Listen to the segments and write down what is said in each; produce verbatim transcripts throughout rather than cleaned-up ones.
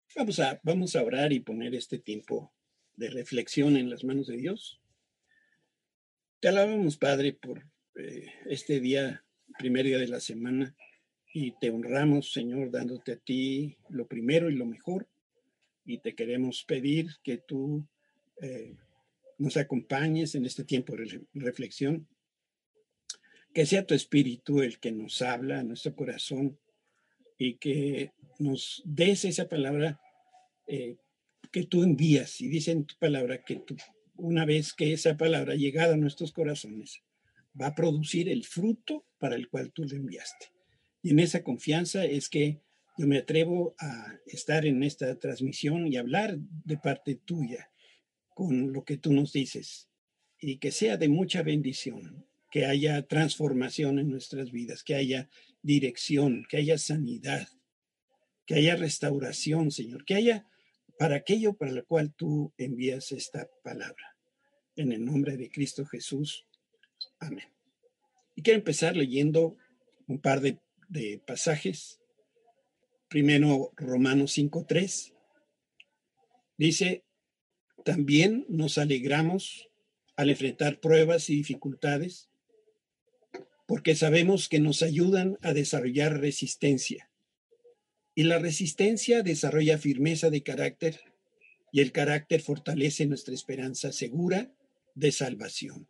Vamos a, vamos a orar y poner este tiempo de reflexión en las manos de Dios. Te alabamos, Padre, por eh, este día, primer día de la semana, y te honramos, Señor, dándote a ti lo primero y lo mejor, y te queremos pedir que tú eh, nos acompañes en este tiempo de reflexión, que sea tu espíritu el que nos habla a nuestro corazón y que nos des esa palabra eh, que tú envías. Y dice en tu palabra que tú, una vez que esa palabra ha llegado a nuestros corazones, va a producir el fruto para el cual tú le enviaste. Y en esa confianza es que yo me atrevo a estar en esta transmisión y hablar de parte tuya con lo que tú nos dices, y que sea de mucha bendición, que haya transformación en nuestras vidas, que haya dirección, que haya sanidad, que haya restauración, Señor, que haya para aquello para lo cual tú envías esta palabra. En el nombre de Cristo Jesús. Amén. Y quiero empezar leyendo un par de, de pasajes. Primero, Romanos cinco tres. Dice, también nos alegramos al enfrentar pruebas y dificultades, porque sabemos que nos ayudan a desarrollar resistencia. Y la resistencia desarrolla firmeza de carácter, y el carácter fortalece nuestra esperanza segura de salvación.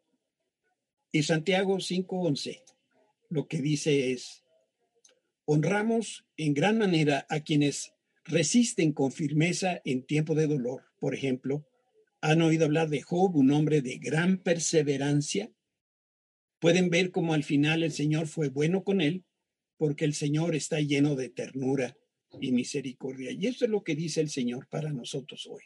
Y Santiago cinco once lo que dice es, honramos en gran manera a quienes resisten con firmeza en tiempo de dolor. Por ejemplo, ¿han oído hablar de Job, un hombre de gran perseverancia? Pueden ver cómo al final el Señor fue bueno con él, porque el Señor está lleno de ternura y misericordia. Y eso es lo que dice el Señor para nosotros hoy.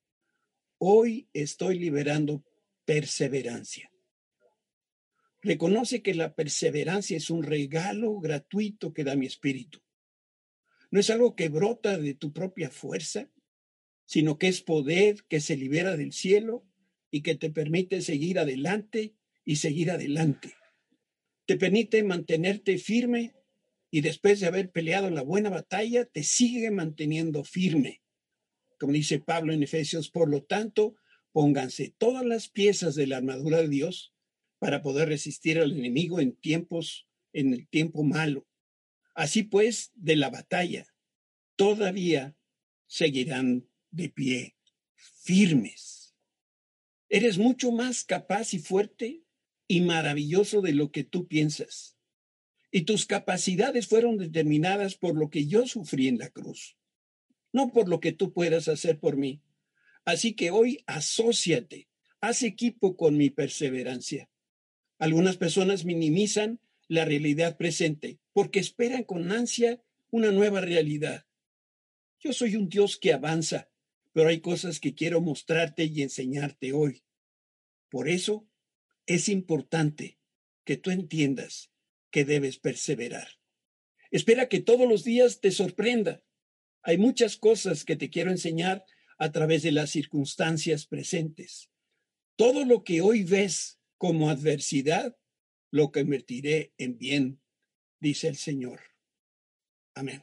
Hoy estoy liberando perseverancia. Reconoce que la perseverancia es un regalo gratuito que da mi espíritu. No es algo que brota de tu propia fuerza, sino que es poder que se libera del cielo y que te permite seguir adelante y seguir adelante. Te permite mantenerte firme y después de haber peleado la buena batalla, te sigue manteniendo firme. Como dice Pablo en Efesios, por lo tanto, pónganse todas las piezas de la armadura de Dios para poder resistir al enemigo en tiempos, en el tiempo malo. Así pues, de la batalla, todavía seguirán de pie, firmes. Eres mucho más capaz y fuerte y maravilloso de lo que tú piensas. Y tus capacidades fueron determinadas por lo que yo sufrí en la cruz, no por lo que tú puedas hacer por mí. Así que hoy asóciate, haz equipo con mi perseverancia. Algunas personas minimizan la realidad presente porque esperan con ansia una nueva realidad. Yo soy un Dios que avanza, pero hay cosas que quiero mostrarte y enseñarte hoy. Por eso es importante que tú entiendas que debes perseverar. Espera que todos los días te sorprenda. Hay muchas cosas que te quiero enseñar a través de las circunstancias presentes. Todo lo que hoy ves como adversidad, lo convertiré en bien, dice el Señor. Amén.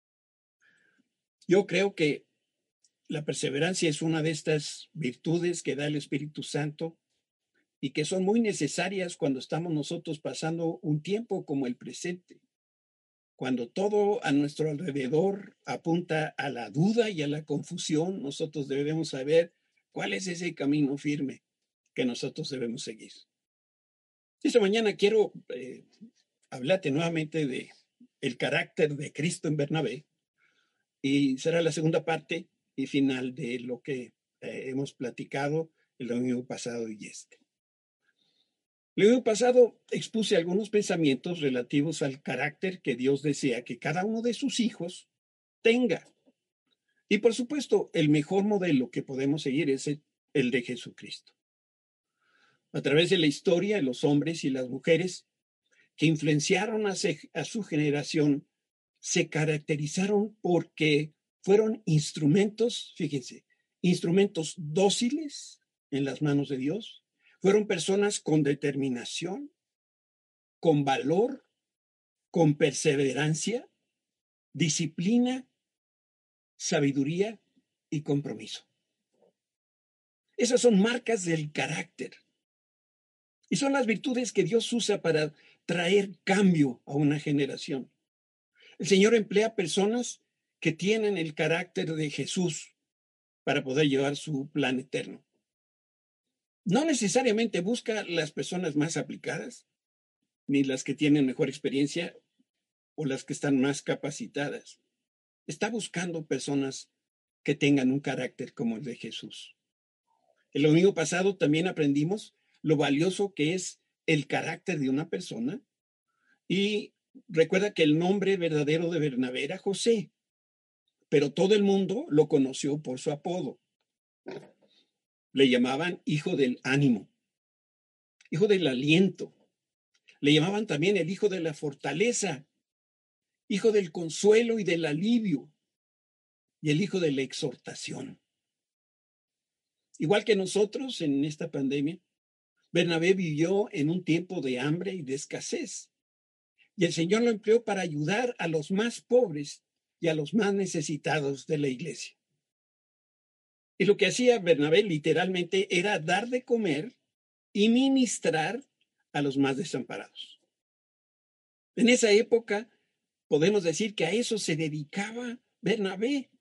Yo creo que la perseverancia es una de estas virtudes que da el Espíritu Santo y que son muy necesarias cuando estamos nosotros pasando un tiempo como el presente, cuando todo a nuestro alrededor apunta a la duda y a la confusión. Nosotros debemos saber cuál es ese camino firme que nosotros debemos seguir. Esta mañana quiero eh, hablarte nuevamente de el carácter de Cristo en Bernabé, y será la segunda parte y final de lo que eh, hemos platicado el domingo pasado y este. El domingo pasado expuse algunos pensamientos relativos al carácter que Dios desea que cada uno de sus hijos tenga. Y por supuesto, el mejor modelo que podemos seguir es el, el de Jesucristo. A través de la historia, los hombres y las mujeres que influenciaron a, se, a su generación se caracterizaron porque fueron instrumentos, fíjense, instrumentos dóciles en las manos de Dios. Fueron personas con determinación, con valor, con perseverancia, disciplina sabiduría y compromiso. Esas son marcas del carácter. Y son las virtudes que Dios usa para traer cambio a una generación. El Señor emplea personas que tienen el carácter de Jesús para poder llevar su plan eterno. No necesariamente busca las personas más aplicadas, ni las que tienen mejor experiencia o las que están más capacitadas. Está buscando personas que tengan un carácter como el de Jesús. El domingo pasado también aprendimos lo valioso que es el carácter de una persona y recuerda que el nombre verdadero de Bernabé era José, pero todo el mundo lo conoció por su apodo. Le llamaban hijo del ánimo, hijo del aliento. Le llamaban también el hijo de la fortaleza, hijo del consuelo y del alivio, y el hijo de la exhortación. Igual que nosotros en esta pandemia, Bernabé vivió en un tiempo de hambre y de escasez, y el Señor lo empleó para ayudar a los más pobres y a los más necesitados de la iglesia. Y lo que hacía Bernabé literalmente era dar de comer y ministrar a los más desamparados. En esa época podemos decir que a eso se dedicaba Bernabé.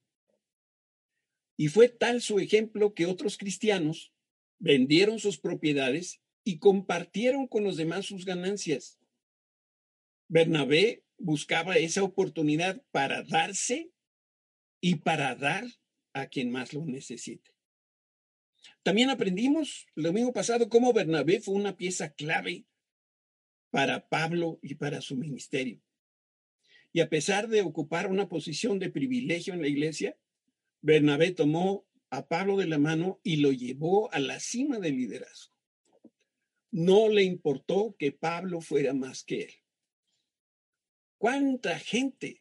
Y fue tal su ejemplo que otros cristianos vendieron sus propiedades y compartieron con los demás sus ganancias. Bernabé buscaba esa oportunidad para darse y para dar a quien más lo necesite. También aprendimos el domingo pasado cómo Bernabé fue una pieza clave para Pablo y para su ministerio. Y a pesar de ocupar una posición de privilegio en la iglesia, Bernabé tomó a Pablo de la mano y lo llevó a la cima del liderazgo. No le importó que Pablo fuera más que él. ¿Cuánta gente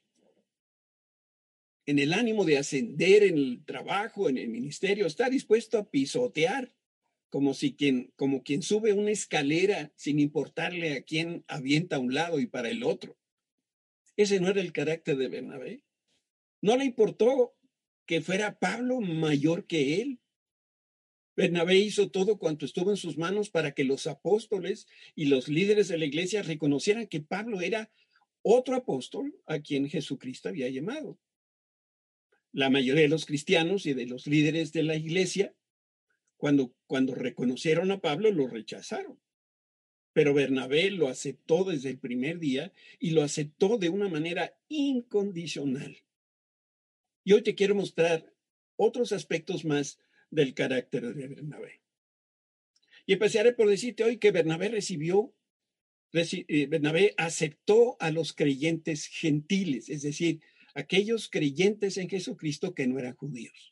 en el ánimo de ascender en el trabajo, en el ministerio, está dispuesto a pisotear como si quien, como quien sube una escalera sin importarle a quién avienta a un lado y para el otro? Ese no era el carácter de Bernabé. No le importó que fuera Pablo mayor que él. Bernabé hizo todo cuanto estuvo en sus manos para que los apóstoles y los líderes de la iglesia reconocieran que Pablo era otro apóstol a quien Jesucristo había llamado. La mayoría de los cristianos y de los líderes de la iglesia, cuando, cuando reconocieron a Pablo, lo rechazaron. Pero Bernabé lo aceptó desde el primer día y lo aceptó de una manera incondicional. Y hoy te quiero mostrar otros aspectos más del carácter de Bernabé. Y empezaré por decirte hoy que Bernabé recibió, reci, eh, Bernabé aceptó a los creyentes gentiles, es decir, aquellos creyentes en Jesucristo que no eran judíos.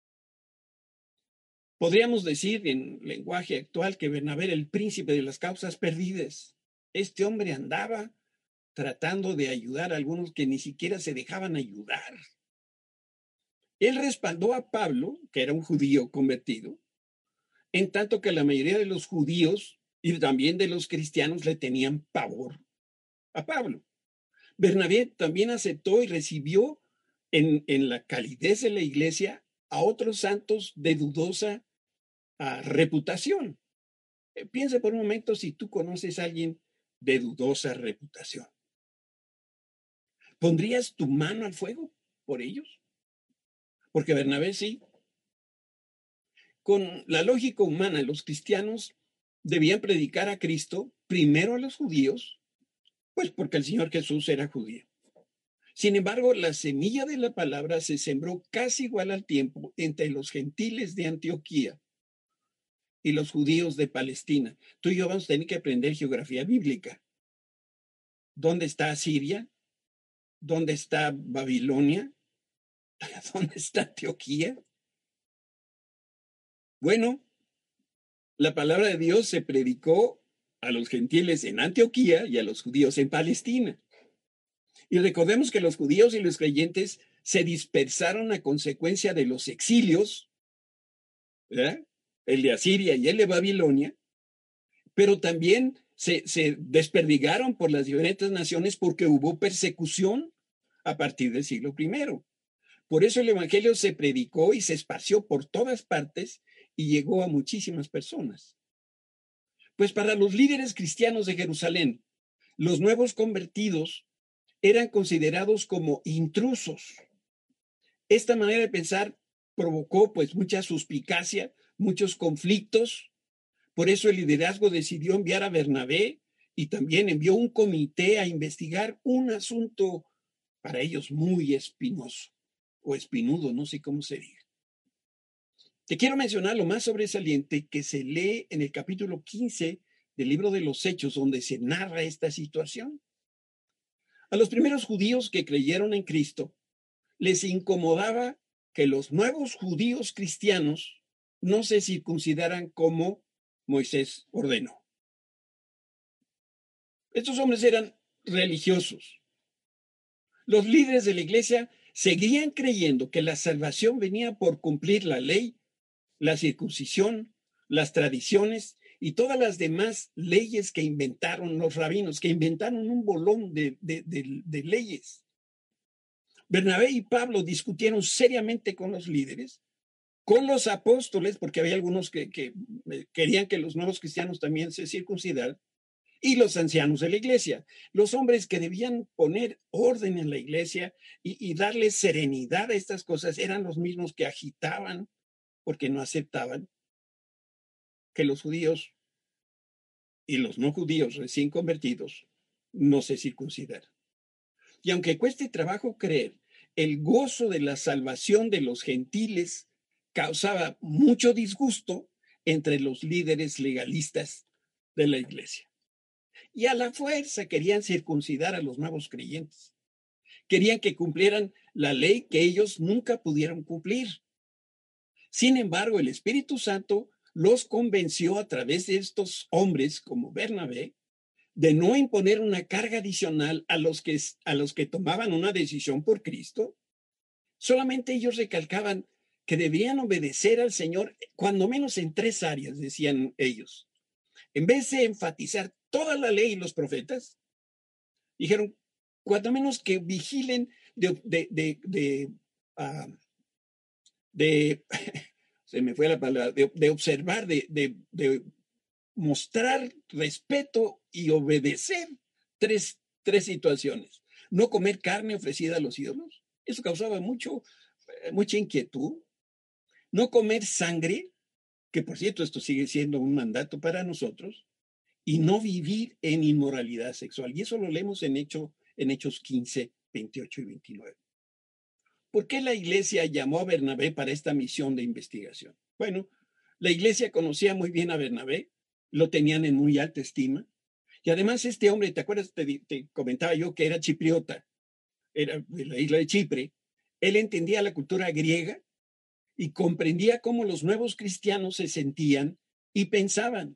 Podríamos decir en lenguaje actual que Bernabé era el príncipe de las causas perdidas. Este hombre andaba tratando de ayudar a algunos que ni siquiera se dejaban ayudar. Él respaldó a Pablo, que era un judío convertido, en tanto que la mayoría de los judíos y también de los cristianos le tenían pavor a Pablo. Bernabé también aceptó y recibió en, en la calidez de la iglesia a otros santos de dudosa uh, reputación. Eh, piensa por un momento si tú conoces a alguien de dudosa reputación. ¿Pondrías tu mano al fuego por ellos? Porque Bernabé sí. Con la lógica humana, los cristianos debían predicar a Cristo primero a los judíos, pues porque el Señor Jesús era judío. Sin embargo, la semilla de la palabra se sembró casi igual al tiempo entre los gentiles de Antioquía y los judíos de Palestina. Tú y yo vamos a tener que aprender geografía bíblica. ¿Dónde está Siria? ¿Dónde está Babilonia? ¿Dónde está Antioquía? Bueno, la palabra de Dios se predicó a los gentiles en Antioquía y a los judíos en Palestina. Y recordemos que los judíos y los creyentes se dispersaron a consecuencia de los exilios, ¿verdad? El de Asiria y el de Babilonia, pero también se, se desperdigaron por las diferentes naciones porque hubo persecución a partir del siglo primero. Por eso el evangelio se predicó y se esparció por todas partes y llegó a muchísimas personas. Pues para los líderes cristianos de Jerusalén, los nuevos convertidos eran considerados como intrusos. Esta manera de pensar provocó pues mucha suspicacia, muchos conflictos. Por eso el liderazgo decidió enviar a Bernabé y también envió un comité a investigar un asunto para ellos muy espinoso o espinudo, no sé cómo se diga. Te quiero mencionar lo más sobresaliente que se lee en el capítulo quince del libro de los Hechos, donde se narra esta situación. A los primeros judíos que creyeron en Cristo, les incomodaba que los nuevos judíos cristianos no se circuncidaran como Moisés ordenó. Estos hombres eran religiosos. Los líderes de la iglesia seguían creyendo que la salvación venía por cumplir la ley, la circuncisión, las tradiciones y todas las demás leyes que inventaron los rabinos, que inventaron un bolón de, de, de, de leyes. Bernabé y Pablo discutieron seriamente con los líderes, con los apóstoles, porque había algunos que, que querían que los nuevos cristianos también se circuncidaran, y los ancianos de la iglesia, los hombres que debían poner orden en la iglesia y, y darle serenidad a estas cosas, eran los mismos que agitaban porque no aceptaban que los judíos y los no judíos recién convertidos no se circuncidaran. Y aunque cueste trabajo creer, el gozo de la salvación de los gentiles causaba mucho disgusto entre los líderes legalistas de la iglesia. Y a la fuerza querían circuncidar a los nuevos creyentes. Querían que cumplieran la ley que ellos nunca pudieron cumplir. Sin embargo, el Espíritu Santo los convenció a través de estos hombres como Bernabé de no imponer una carga adicional a los que, a los que tomaban una decisión por Cristo. Solamente ellos recalcaban que debían obedecer al Señor, cuando menos en tres áreas, decían ellos. En vez de enfatizar toda la ley y los profetas, dijeron, cuando menos que vigilen de, de, de, de, uh, de se me fue la palabra, de, de observar, de, de, de mostrar respeto y obedecer tres, tres situaciones. No comer carne ofrecida a los ídolos, eso causaba mucho, mucha inquietud. No comer sangre, que por cierto esto sigue siendo un mandato para nosotros, y no vivir en inmoralidad sexual. Y eso lo leemos en, hecho, en Hechos quince, veintiocho y veintinueve. ¿Por qué la iglesia llamó a Bernabé para esta misión de investigación? Bueno, la iglesia conocía muy bien a Bernabé, lo tenían en muy alta estima. Y además este hombre, ¿te acuerdas? Te, te comentaba yo que era chipriota, era de la isla de Chipre. Él entendía la cultura griega y comprendía cómo los nuevos cristianos se sentían y pensaban.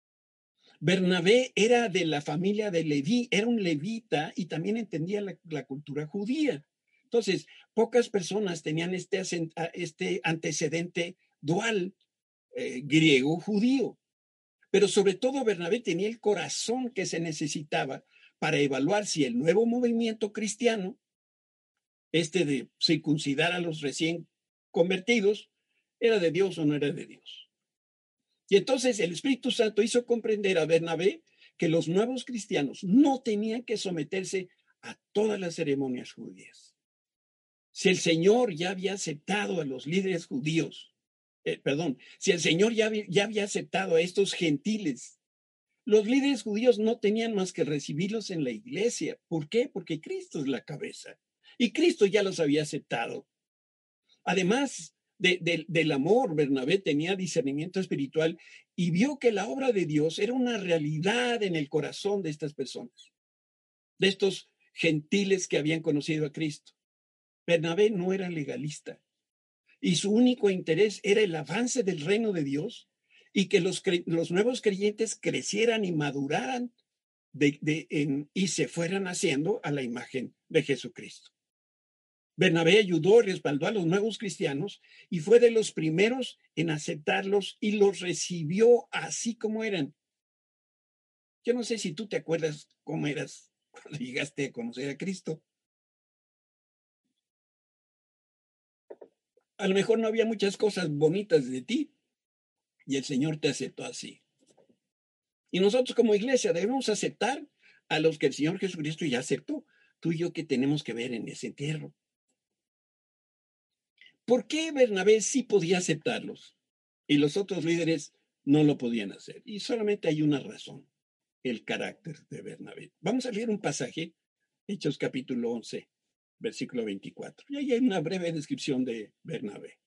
Bernabé era de la familia de Leví, era un levita y también entendía la, la cultura judía. Entonces, pocas personas tenían este, este antecedente dual eh, griego-judío. Pero sobre todo Bernabé tenía el corazón que se necesitaba para evaluar si el nuevo movimiento cristiano, este de circuncidar a los recién convertidos, era de Dios o no era de Dios. Y entonces el Espíritu Santo hizo comprender a Bernabé que los nuevos cristianos no tenían que someterse a todas las ceremonias judías. Si el Señor ya había aceptado a los líderes judíos, eh, perdón, si el Señor ya, ya había aceptado a estos gentiles, los líderes judíos no tenían más que recibirlos en la iglesia. ¿Por qué? Porque Cristo es la cabeza y Cristo ya los había aceptado. Además de, de, del amor, Bernabé tenía discernimiento espiritual y vio que la obra de Dios era una realidad en el corazón de estas personas, de estos gentiles que habían conocido a Cristo. Bernabé no era legalista y su único interés era el avance del reino de Dios y que los, los nuevos creyentes crecieran y maduraran de, de, en, y se fueran haciendo a la imagen de Jesucristo. Bernabé ayudó y respaldó a los nuevos cristianos y fue de los primeros en aceptarlos y los recibió así como eran. Yo no sé si tú te acuerdas cómo eras cuando llegaste a conocer a Cristo. A lo mejor no había muchas cosas bonitas de ti y el Señor te aceptó así. Y nosotros como iglesia debemos aceptar a los que el Señor Jesucristo ya aceptó. Tú y yo, ¿qué tenemos que ver en ese entierro? ¿Por qué Bernabé sí podía aceptarlos y los otros líderes no lo podían hacer? Y solamente hay una razón: el carácter de Bernabé. Vamos a leer un pasaje, Hechos capítulo once, versículo veinticuatro. Y ahí hay una breve descripción de Bernabé.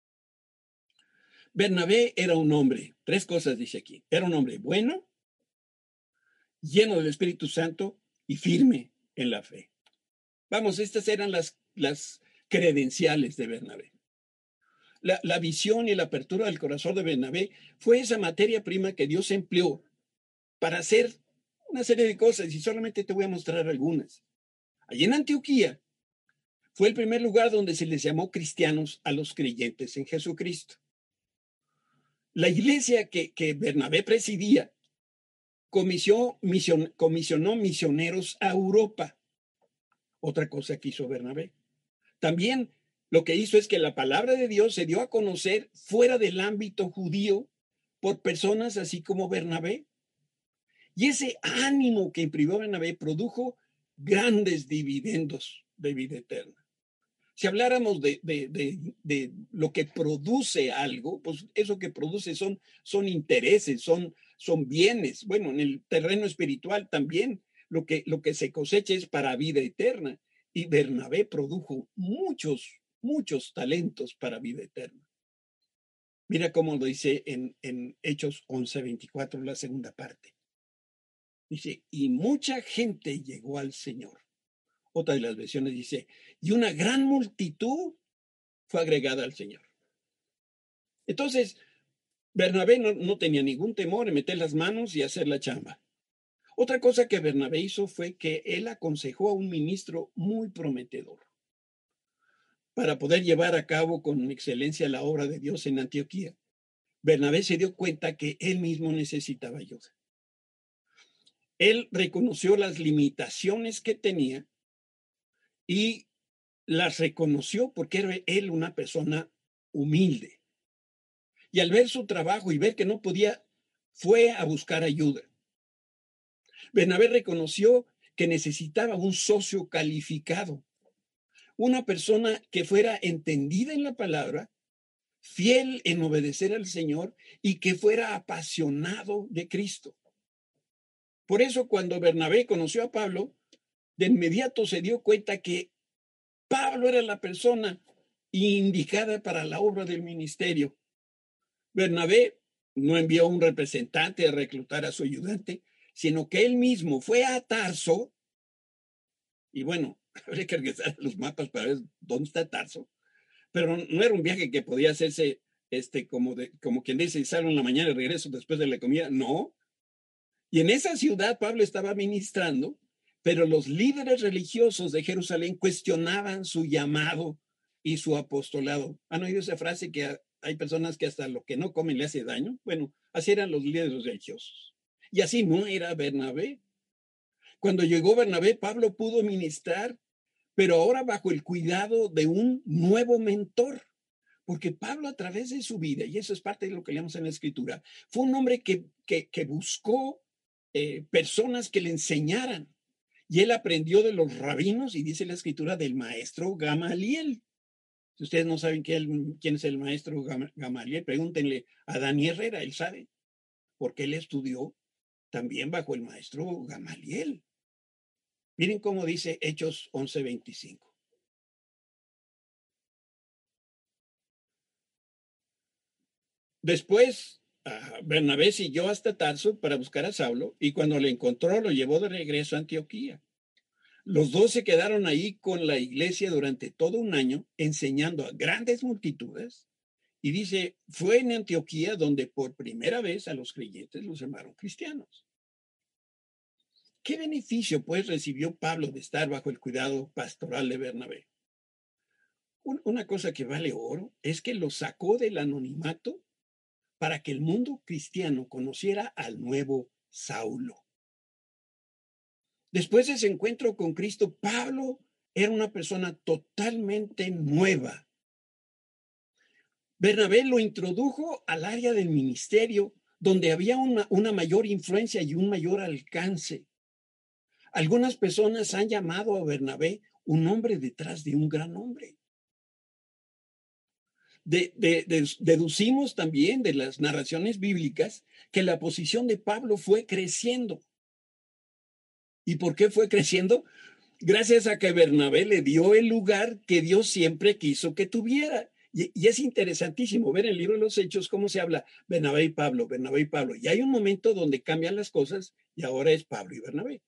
Bernabé era un hombre, tres cosas dice aquí: era un hombre bueno, lleno del Espíritu Santo y firme en la fe. Vamos, estas eran las, las credenciales de Bernabé. La, la visión y la apertura del corazón de Bernabé fue esa materia prima que Dios empleó para hacer una serie de cosas, y solamente te voy a mostrar algunas. Allí en Antioquía fue el primer lugar donde se les llamó cristianos a los creyentes en Jesucristo. La iglesia que, que Bernabé presidía comisionó, mision, comisionó misioneros a Europa. Otra cosa que hizo Bernabé. También lo que hizo es que la palabra de Dios se dio a conocer fuera del ámbito judío por personas así como Bernabé. Y ese ánimo que imprimió Bernabé produjo grandes dividendos de vida eterna. Si habláramos de, de, de, de lo que produce algo, pues eso que produce son, son intereses, son, son bienes. Bueno, en el terreno espiritual también lo que, lo que se cosecha es para vida eterna. Y Bernabé produjo muchos, muchos talentos para vida eterna. Mira cómo lo dice en, en Hechos once veinticuatro, la segunda parte. Dice, y mucha gente llegó al Señor. Otra de las versiones dice, y una gran multitud fue agregada al Señor. Entonces, Bernabé no, no tenía ningún temor en meter las manos y hacer la chamba. Otra cosa que Bernabé hizo fue que él aconsejó a un ministro muy prometedor para poder llevar a cabo con excelencia la obra de Dios en Antioquía. Bernabé se dio cuenta que él mismo necesitaba ayuda. Él reconoció las limitaciones que tenía y las reconoció porque era él una persona humilde. Y al ver su trabajo y ver que no podía, fue a buscar ayuda. Bernabé reconoció que necesitaba un socio calificado, una persona que fuera entendida en la palabra, fiel en obedecer al Señor y que fuera apasionado de Cristo. Por eso, cuando Bernabé conoció a Pablo, de inmediato se dio cuenta que Pablo era la persona indicada para la obra del ministerio. Bernabé no envió un representante a reclutar a su ayudante, sino que él mismo fue a Tarso. Y bueno, habría que regresar a los mapas para ver dónde está Tarso. Pero no era un viaje que podía hacerse este, como, de, como quien dice, salgo en la mañana y regreso después de la comida. No. Y en esa ciudad Pablo estaba ministrando, pero los líderes religiosos de Jerusalén cuestionaban su llamado y su apostolado. ¿Han oído esa frase que hay personas que hasta lo que no comen le hace daño? Bueno, así eran los líderes religiosos. Y así no era Bernabé. Cuando llegó Bernabé, Pablo pudo ministrar, pero ahora bajo el cuidado de un nuevo mentor. Porque Pablo, a través de su vida, y eso es parte de lo que leemos en la Escritura, fue un hombre que, que, que buscó eh, personas que le enseñaran. Y él aprendió de los rabinos, y dice la Escritura, del maestro Gamaliel. Si ustedes no saben quién, quién es el maestro Gamaliel, pregúntenle a Dani Herrera, él sabe, porque él estudió también bajo el maestro Gamaliel. Miren cómo dice Hechos once veinticinco. Después, uh, Bernabé siguió hasta Tarso para buscar a Saulo, y cuando le encontró lo llevó de regreso a Antioquía. Los dos se quedaron ahí con la iglesia durante todo un año, enseñando a grandes multitudes. Y dice, fue en Antioquía donde por primera vez a los creyentes los llamaron cristianos. ¿Qué beneficio, pues, recibió Pablo de estar bajo el cuidado pastoral de Bernabé? Una cosa que vale oro es que lo sacó del anonimato para que el mundo cristiano conociera al nuevo Saulo. Después de ese encuentro con Cristo, Pablo era una persona totalmente nueva. Bernabé lo introdujo al área del ministerio, donde había una, una mayor influencia y un mayor alcance. Algunas personas han llamado a Bernabé un hombre detrás de un gran hombre. De, de, de, deducimos también de las narraciones bíblicas que la posición de Pablo fue creciendo. ¿Y por qué fue creciendo? Gracias a que Bernabé le dio el lugar que Dios siempre quiso que tuviera. Y, y es interesantísimo ver en el libro de los Hechos cómo se habla Bernabé y Pablo, Bernabé y Pablo. Y hay un momento donde cambian las cosas y ahora es Pablo y Bernabé.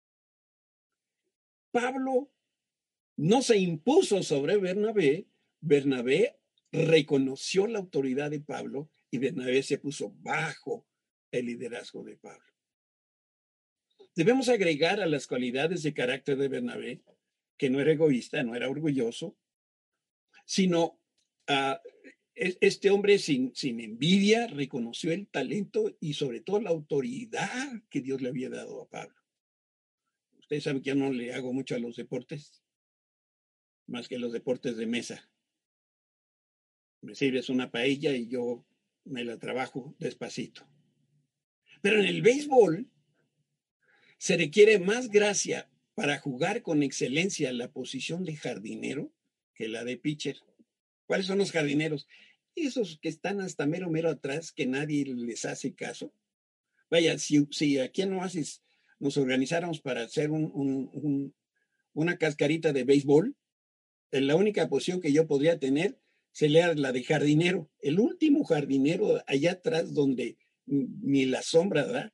Pablo no se impuso sobre Bernabé, Bernabé reconoció la autoridad de Pablo y Bernabé se puso bajo el liderazgo de Pablo. Debemos agregar a las cualidades de carácter de Bernabé que no era egoísta, no era orgulloso, sino uh, este hombre sin, sin envidia reconoció el talento y sobre todo la autoridad que Dios le había dado a Pablo. Ustedes saben que yo no le hago mucho a los deportes, más que los deportes de mesa. Me sirves una paella y yo me la trabajo despacito. Pero en el béisbol se requiere más gracia para jugar con excelencia la posición de jardinero que la de pitcher. ¿Cuáles son los jardineros? Esos que están hasta mero, mero atrás, que nadie les hace caso. Vaya, si, si aquí no haces, nos organizáramos para hacer un, un, un, una cascarita de béisbol, la única posición que yo podría tener sería la de jardinero. El último jardinero allá atrás donde ni la sombra da.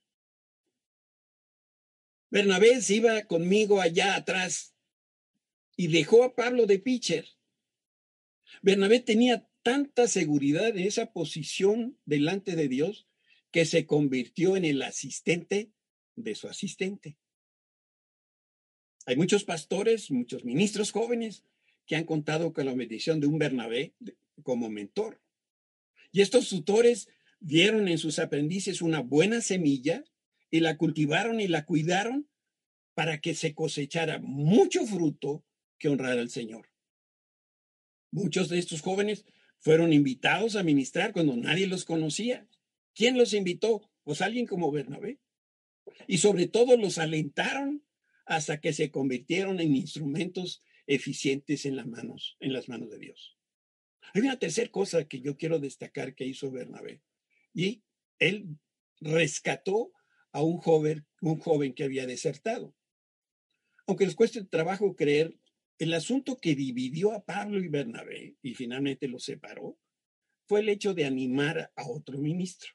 Bernabé se iba conmigo allá atrás y dejó a Pablo de pitcher. Bernabé tenía tanta seguridad en esa posición delante de Dios que se convirtió en el asistente de su asistente. Hay muchos pastores, muchos ministros jóvenes que han contado con la bendición de un Bernabé como mentor. Y estos tutores dieron en sus aprendices una buena semilla y la cultivaron y la cuidaron para que se cosechara mucho fruto que honrara al Señor. Muchos de estos jóvenes fueron invitados a ministrar cuando nadie los conocía. ¿Quién los invitó? Pues alguien como Bernabé. Y sobre todo los alentaron hasta que se convirtieron en instrumentos eficientes en las manos, en las manos de Dios. Hay una tercera cosa que yo quiero destacar que hizo Bernabé. Y él rescató a un joven, un joven que había desertado. Aunque les cueste trabajo creer, el asunto que dividió a Pablo y Bernabé y finalmente los separó fue el hecho de animar a otro ministro.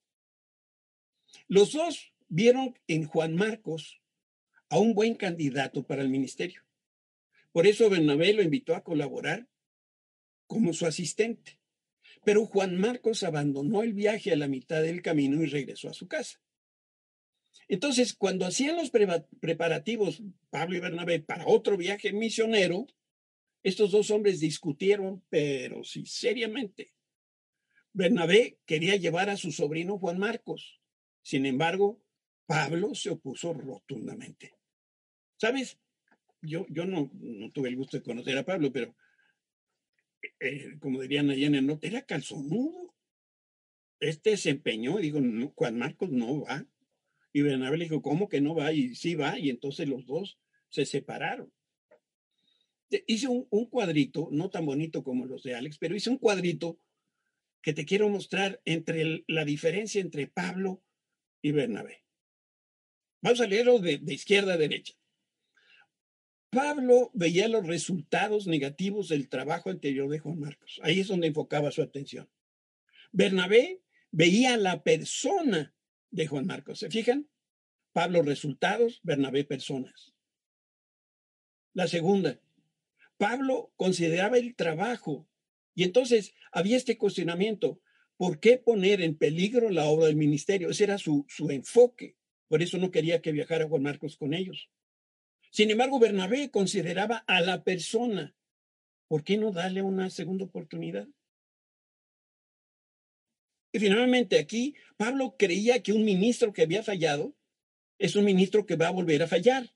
Los dos vieron en Juan Marcos a un buen candidato para el ministerio. Por eso Bernabé lo invitó a colaborar como su asistente. Pero Juan Marcos abandonó el viaje a la mitad del camino y regresó a su casa. Entonces, cuando hacían los preparativos Pablo y Bernabé para otro viaje misionero, estos dos hombres discutieron, pero sí seriamente. Bernabé quería llevar a su sobrino Juan Marcos. Sin embargo, Pablo se opuso rotundamente. ¿Sabes? Yo, yo no, no tuve el gusto de conocer a Pablo, pero eh, como dirían allá en el norte, era calzonudo. Este se empeñó y dijo, no, Juan Marcos no va. Y Bernabé le dijo, ¿cómo que no va? Y sí va. Y entonces los dos se separaron. Hice un, un cuadrito, no tan bonito como los de Alex, pero hice un cuadrito que te quiero mostrar entre el, la diferencia entre Pablo y Bernabé. Vamos a leerlo de, de izquierda a derecha. Pablo veía los resultados negativos del trabajo anterior de Juan Marcos. Ahí es donde enfocaba su atención. Bernabé veía la persona de Juan Marcos. ¿Se fijan? Pablo resultados, Bernabé personas. La segunda, Pablo consideraba el trabajo y entonces había este cuestionamiento. ¿Por qué poner en peligro la obra del ministerio? Ese era su, su enfoque. Por eso no quería que viajara Juan Marcos con ellos. Sin embargo, Bernabé consideraba a la persona. ¿Por qué no darle una segunda oportunidad? Y finalmente aquí, Pablo creía que un ministro que había fallado es un ministro que va a volver a fallar.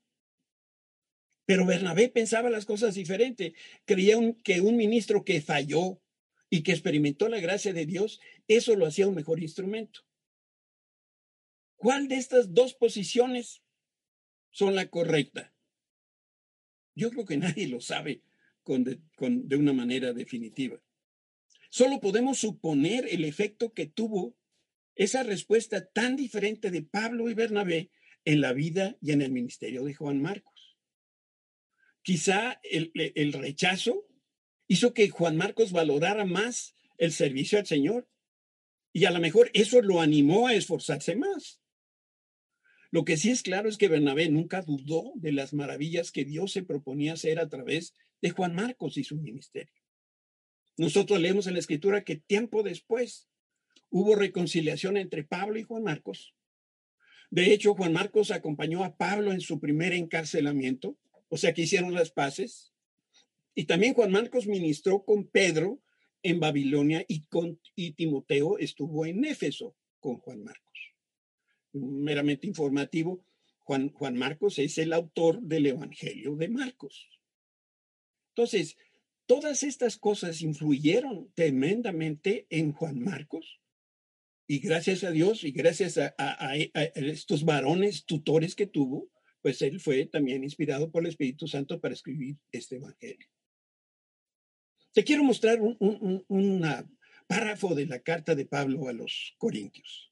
Pero Bernabé pensaba las cosas diferentes. Creía un, que un ministro que falló y que experimentó la gracia de Dios, eso lo hacía un mejor instrumento. ¿Cuál de estas dos posiciones son la correcta? Yo creo que nadie lo sabe con de, con, de una manera definitiva. Solo podemos suponer el efecto que tuvo esa respuesta tan diferente de Pablo y Bernabé en la vida y en el ministerio de Juan Marcos. Quizá el, el rechazo hizo que Juan Marcos valorara más el servicio al Señor y a lo mejor eso lo animó a esforzarse más. Lo que sí es claro es que Bernabé nunca dudó de las maravillas que Dios se proponía hacer a través de Juan Marcos y su ministerio. Nosotros leemos en la Escritura que tiempo después hubo reconciliación entre Pablo y Juan Marcos. De hecho, Juan Marcos acompañó a Pablo en su primer encarcelamiento, o sea que hicieron las paces. Y también Juan Marcos ministró con Pedro en Babilonia y, con, y Timoteo estuvo en Éfeso con Juan Marcos. Meramente informativo, Juan, Juan Marcos es el autor del Evangelio de Marcos. Entonces, todas estas cosas influyeron tremendamente en Juan Marcos y gracias a Dios y gracias a, a, a, a estos varones tutores que tuvo, pues él fue también inspirado por el Espíritu Santo para escribir este Evangelio. Te quiero mostrar un, un, un una párrafo de la carta de Pablo a los Corintios.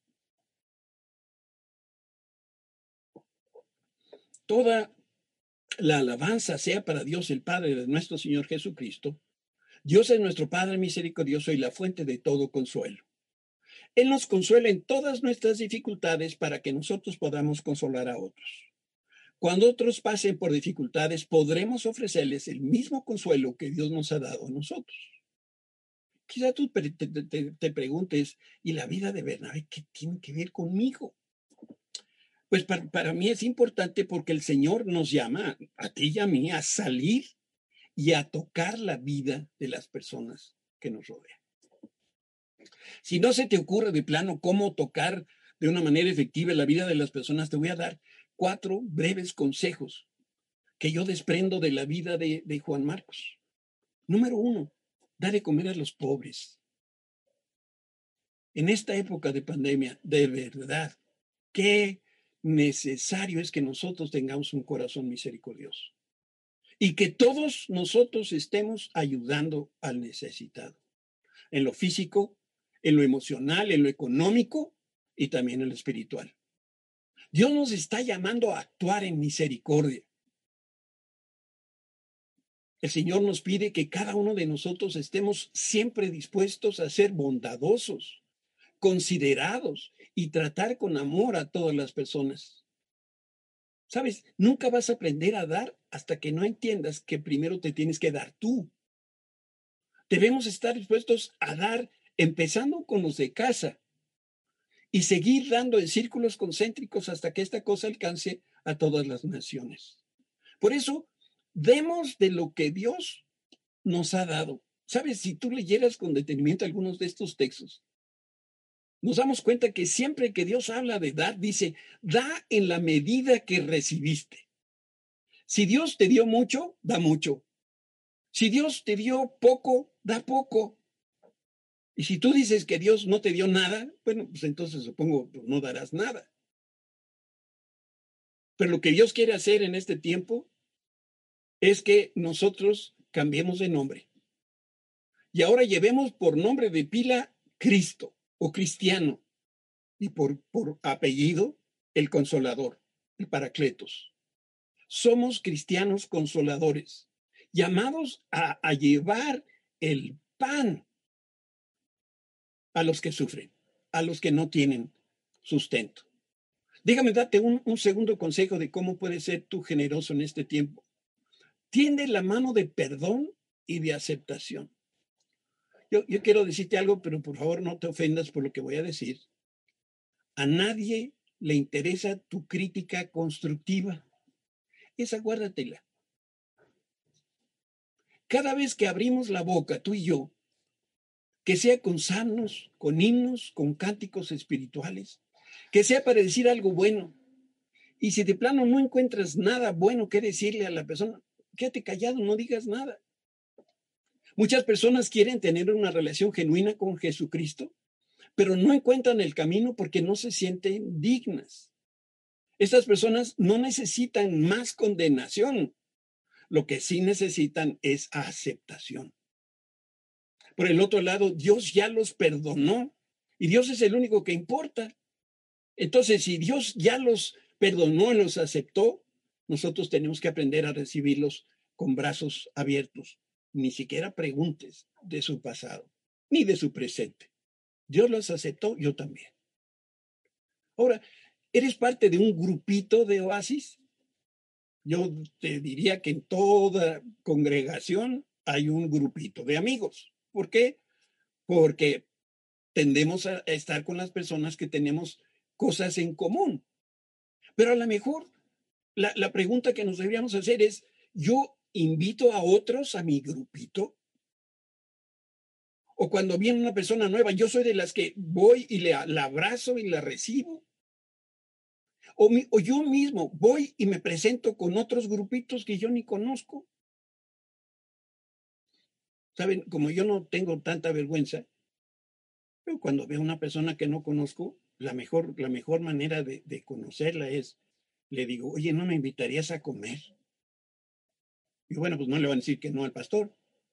Toda la alabanza sea para Dios el Padre de nuestro Señor Jesucristo. Dios es nuestro Padre misericordioso y la fuente de todo consuelo. Él nos consuela en todas nuestras dificultades para que nosotros podamos consolar a otros. Cuando otros pasen por dificultades, podremos ofrecerles el mismo consuelo que Dios nos ha dado a nosotros. Quizá tú te, te, te, te preguntes, ¿y la vida de Bernabé qué tiene que ver conmigo? Pues para, para mí es importante porque el Señor nos llama a ti y a mí a salir y a tocar la vida de las personas que nos rodean. Si no se te ocurre de plano cómo tocar de una manera efectiva la vida de las personas, te voy a dar cuatro breves consejos que yo desprendo de la vida de, de Juan Marcos. Número uno, da de comer a los pobres. En esta época de pandemia, de verdad, qué necesario es que nosotros tengamos un corazón misericordioso y que todos nosotros estemos ayudando al necesitado, en lo físico, en lo emocional, en lo económico y también en lo espiritual. Dios nos está llamando a actuar en misericordia. El Señor nos pide que cada uno de nosotros estemos siempre dispuestos a ser bondadosos, considerados y tratar con amor a todas las personas. ¿Sabes? Nunca vas a aprender a dar hasta que no entiendas que primero te tienes que dar tú. Debemos estar dispuestos a dar, empezando con los de casa, y seguir dando en círculos concéntricos hasta que esta cosa alcance a todas las naciones. Por eso, demos de lo que Dios nos ha dado. ¿Sabes? Si tú leyeras con detenimiento algunos de estos textos, nos damos cuenta que siempre que Dios habla de dar, dice, da en la medida que recibiste. Si Dios te dio mucho, da mucho. Si Dios te dio poco, da poco. Y si tú dices que Dios no te dio nada, bueno, pues entonces supongo que no darás nada. Pero lo que Dios quiere hacer en este tiempo es que nosotros cambiemos de nombre. Y ahora llevemos por nombre de pila Cristo o cristiano y por, por apellido el Consolador, el Paracletos. Somos cristianos consoladores, llamados a, a llevar el pan a los que sufren, a los que no tienen sustento. Déjame darte un, un segundo consejo de cómo puedes ser tú generoso en este tiempo. Tiende la mano de perdón y de aceptación. Yo, yo quiero decirte algo, pero por favor no te ofendas por lo que voy a decir. A nadie le interesa tu crítica constructiva. Esa guárdatela. Cada vez que abrimos la boca, tú y yo, que sea con salmos, con himnos, con cánticos espirituales, que sea para decir algo bueno. Y si de plano no encuentras nada bueno que decirle a la persona, quédate callado, no digas nada. Muchas personas quieren tener una relación genuina con Jesucristo, pero no encuentran el camino porque no se sienten dignas. Estas personas no necesitan más condenación. Lo que sí necesitan es aceptación. Por el otro lado, Dios ya los perdonó y Dios es el único que importa. Entonces, si Dios ya los perdonó y los aceptó, nosotros tenemos que aprender a recibirlos con brazos abiertos. Ni siquiera preguntes de su pasado, ni de su presente. Dios los aceptó, yo también. Ahora, ¿eres parte de un grupito de Oasis? Yo te diría que en toda congregación hay un grupito de amigos. ¿Por qué? Porque tendemos a estar con las personas que tenemos cosas en común. Pero a lo mejor la, la pregunta que nos deberíamos hacer es, ¿yo invito a otros a mi grupito? O cuando viene una persona nueva, yo soy de las que voy y le, la abrazo y la recibo. O, mi, o yo mismo voy y me presento con otros grupitos que yo ni conozco. Saben, como yo no tengo tanta vergüenza, pero cuando veo a una persona que no conozco, la mejor, la mejor manera de, de conocerla es, le digo, oye, ¿no me invitarías a comer? Y bueno, pues no le van a decir que no al pastor.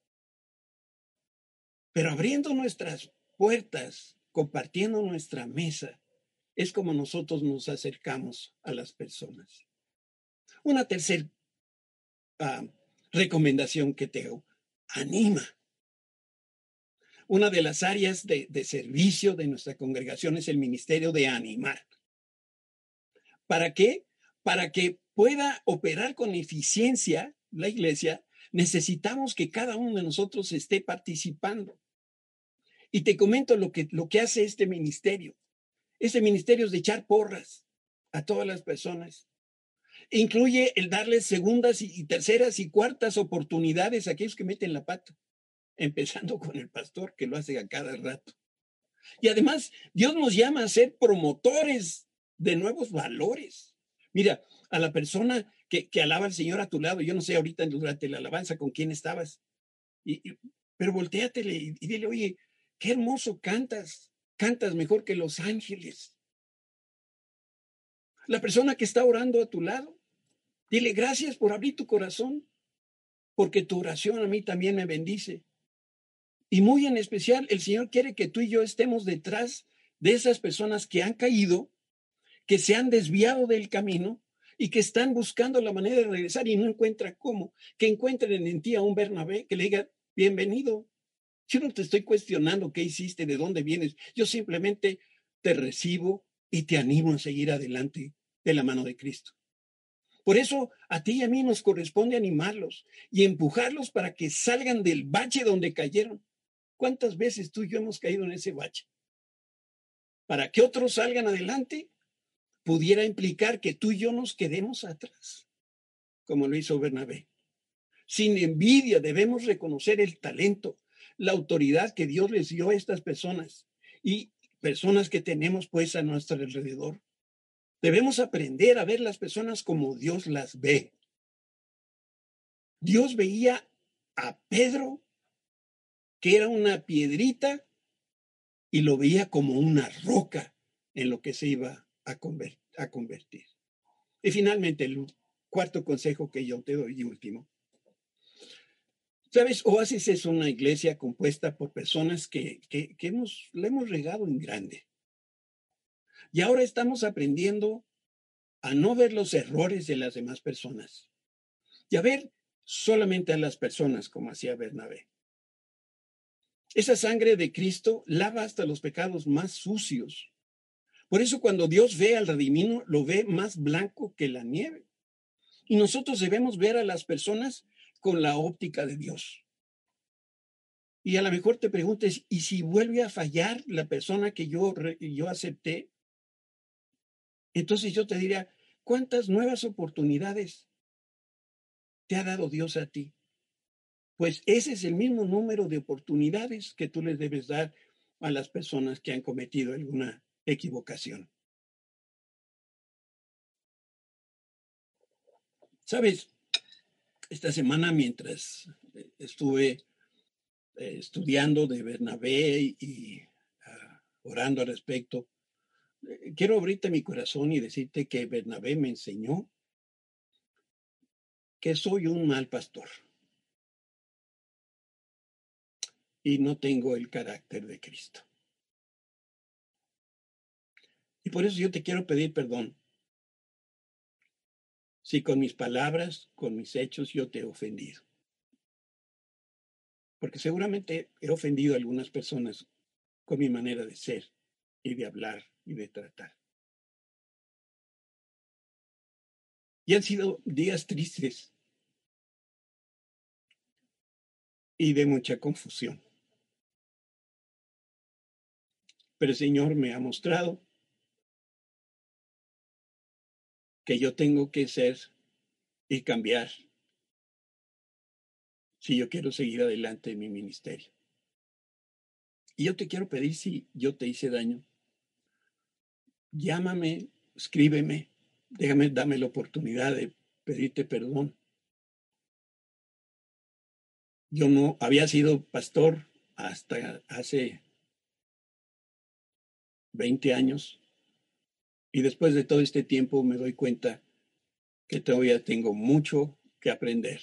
Pero abriendo nuestras puertas, compartiendo nuestra mesa, es como nosotros nos acercamos a las personas. Una tercera uh, recomendación que te hago, anima. Una de las áreas de, de servicio de nuestra congregación es el ministerio de animar. ¿Para qué? Para que pueda operar con eficiencia la iglesia, necesitamos que cada uno de nosotros esté participando. Y te comento lo que, lo que hace este ministerio. Este ministerio es de echar porras a todas las personas. Incluye el darles segundas y terceras y cuartas oportunidades a aquellos que meten la pata, empezando con el pastor que lo hace a cada rato. Y además, Dios nos llama a ser promotores de nuevos valores. Mira, a la persona que, que alaba al Señor a tu lado, yo no sé ahorita durante la alabanza con quién estabas, y, y, pero voltéatele y, y dile, oye, qué hermoso cantas, cantas mejor que los ángeles. La persona que está orando a tu lado, dile gracias por abrir tu corazón, porque tu oración a mí también me bendice. Y muy en especial, el Señor quiere que tú y yo estemos detrás de esas personas que han caído, que se han desviado del camino y que están buscando la manera de regresar y no encuentran cómo, que encuentren en ti a un Bernabé que le diga, bienvenido. Yo no te estoy cuestionando qué hiciste, de dónde vienes. Yo simplemente te recibo y te animo a seguir adelante de la mano de Cristo. Por eso a ti y a mí nos corresponde animarlos y empujarlos para que salgan del bache donde cayeron. ¿Cuántas veces tú y yo hemos caído en ese bache? Para que otros salgan adelante, pudiera implicar que tú y yo nos quedemos atrás, como lo hizo Bernabé. Sin envidia debemos reconocer el talento, la autoridad que Dios les dio a estas personas y personas que tenemos pues a nuestro alrededor. Debemos aprender a ver las personas como Dios las ve. Dios veía a Pedro, que era una piedrita, y lo veía como una roca en lo que se iba a convertir. Y finalmente, el cuarto consejo que yo te doy y último. ¿Sabes? Oasis es una iglesia compuesta por personas que, que, que hemos, le hemos regado en grande. Y ahora estamos aprendiendo a no ver los errores de las demás personas y a ver solamente a las personas como hacía Bernabé. Esa sangre de Cristo lava hasta los pecados más sucios. Por eso cuando Dios ve al redimido, lo ve más blanco que la nieve. Y nosotros debemos ver a las personas con la óptica de Dios. Y a lo mejor te preguntes, ¿y si vuelve a fallar la persona que yo, yo acepté? Entonces yo te diría, ¿cuántas nuevas oportunidades te ha dado Dios a ti? Pues ese es el mismo número de oportunidades que tú les debes dar a las personas que han cometido alguna equivocación. ¿Sabes? Esta semana, mientras estuve eh, estudiando de Bernabé y, y uh, orando al respecto, eh, quiero abrirte mi corazón y decirte que Bernabé me enseñó que soy un mal pastor y no tengo el carácter de Cristo. Y por eso yo te quiero pedir perdón si con mis palabras, con mis hechos yo te he ofendido. Porque seguramente he ofendido a algunas personas con mi manera de ser y de hablar y de tratar. Y han sido días tristes y de mucha confusión. Pero el Señor me ha mostrado que yo tengo que ser y cambiar si yo quiero seguir adelante en mi ministerio. Y yo te quiero pedir, si yo te hice daño, llámame, escríbeme, déjame, dame la oportunidad de pedirte perdón. Yo no había sido pastor hasta hace veinte años y después de todo este tiempo me doy cuenta que todavía tengo mucho que aprender.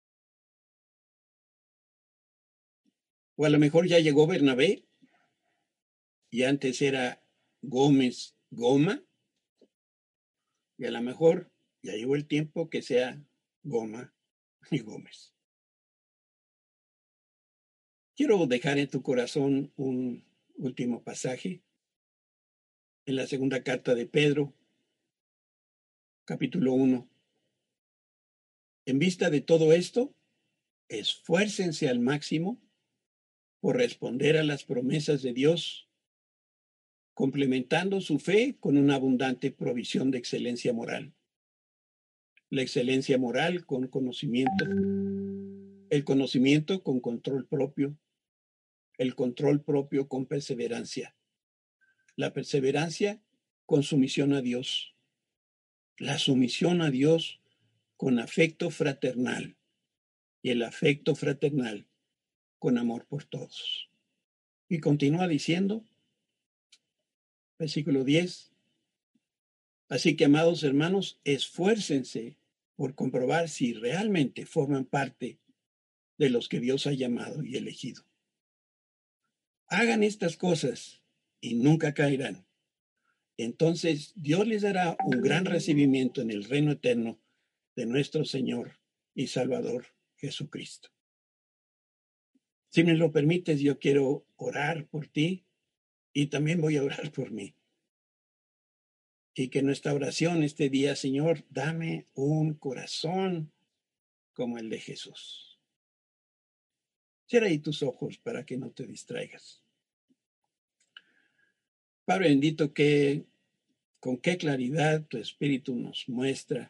O a lo mejor ya llegó Bernabé y antes era Gómez Goma, y a lo mejor ya llegó el tiempo que sea Goma y Gómez. Quiero dejar en tu corazón un último pasaje en la segunda carta de Pedro, capítulo uno. En vista de todo esto, esfuércense al máximo por responder a las promesas de Dios, complementando su fe con una abundante provisión de excelencia moral. La excelencia moral con conocimiento, el conocimiento con control propio, el control propio con perseverancia, la perseverancia con sumisión a Dios, la sumisión a Dios con afecto fraternal y el afecto fraternal con amor por todos. Y continúa diciendo, versículo diez, así que, amados hermanos, esfuércense por comprobar si realmente forman parte de los que Dios ha llamado y elegido. Hagan estas cosas y nunca caerán. Entonces Dios les dará un gran recibimiento en el reino eterno de nuestro Señor y Salvador Jesucristo. Si me lo permites, yo quiero orar por ti y también voy a orar por mí. Y que nuestra oración este día, Señor, dame un corazón como el de Jesús. Cierra ahí tus ojos para que no te distraigas. Padre bendito, que con qué claridad tu Espíritu nos muestra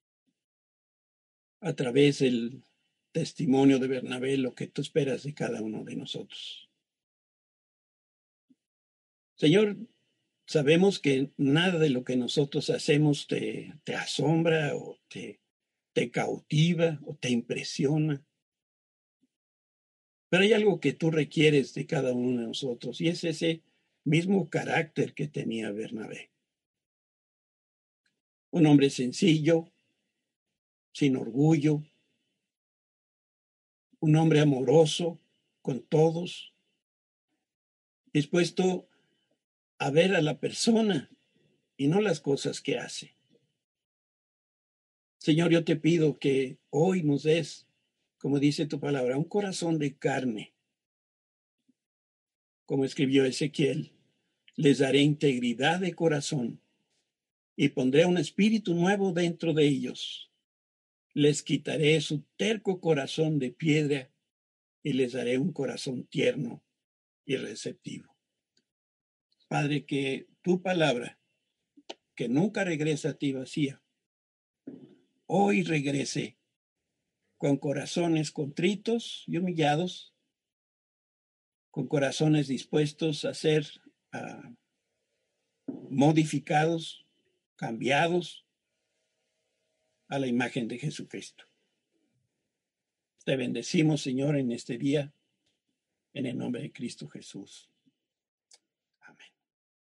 a través del testimonio de Bernabé lo que tú esperas de cada uno de nosotros. Señor, sabemos que nada de lo que nosotros hacemos te, te asombra o te, te cautiva o te impresiona. Pero hay algo que tú requieres de cada uno de nosotros y es ese mismo carácter que tenía Bernabé. Un hombre sencillo, sin orgullo, un hombre amoroso con todos, dispuesto a ver a la persona y no las cosas que hace. Señor, yo te pido que hoy nos des, como dice tu palabra, un corazón de carne. Como escribió Ezequiel, les daré integridad de corazón y pondré un espíritu nuevo dentro de ellos. Les quitaré su terco corazón de piedra y les daré un corazón tierno y receptivo. Padre, que tu palabra, que nunca regresa a ti vacía, hoy regrese con corazones contritos y humillados, con corazones dispuestos a ser uh, modificados, cambiados a la imagen de Jesucristo. Te bendecimos, Señor, en este día en el nombre de Cristo Jesús.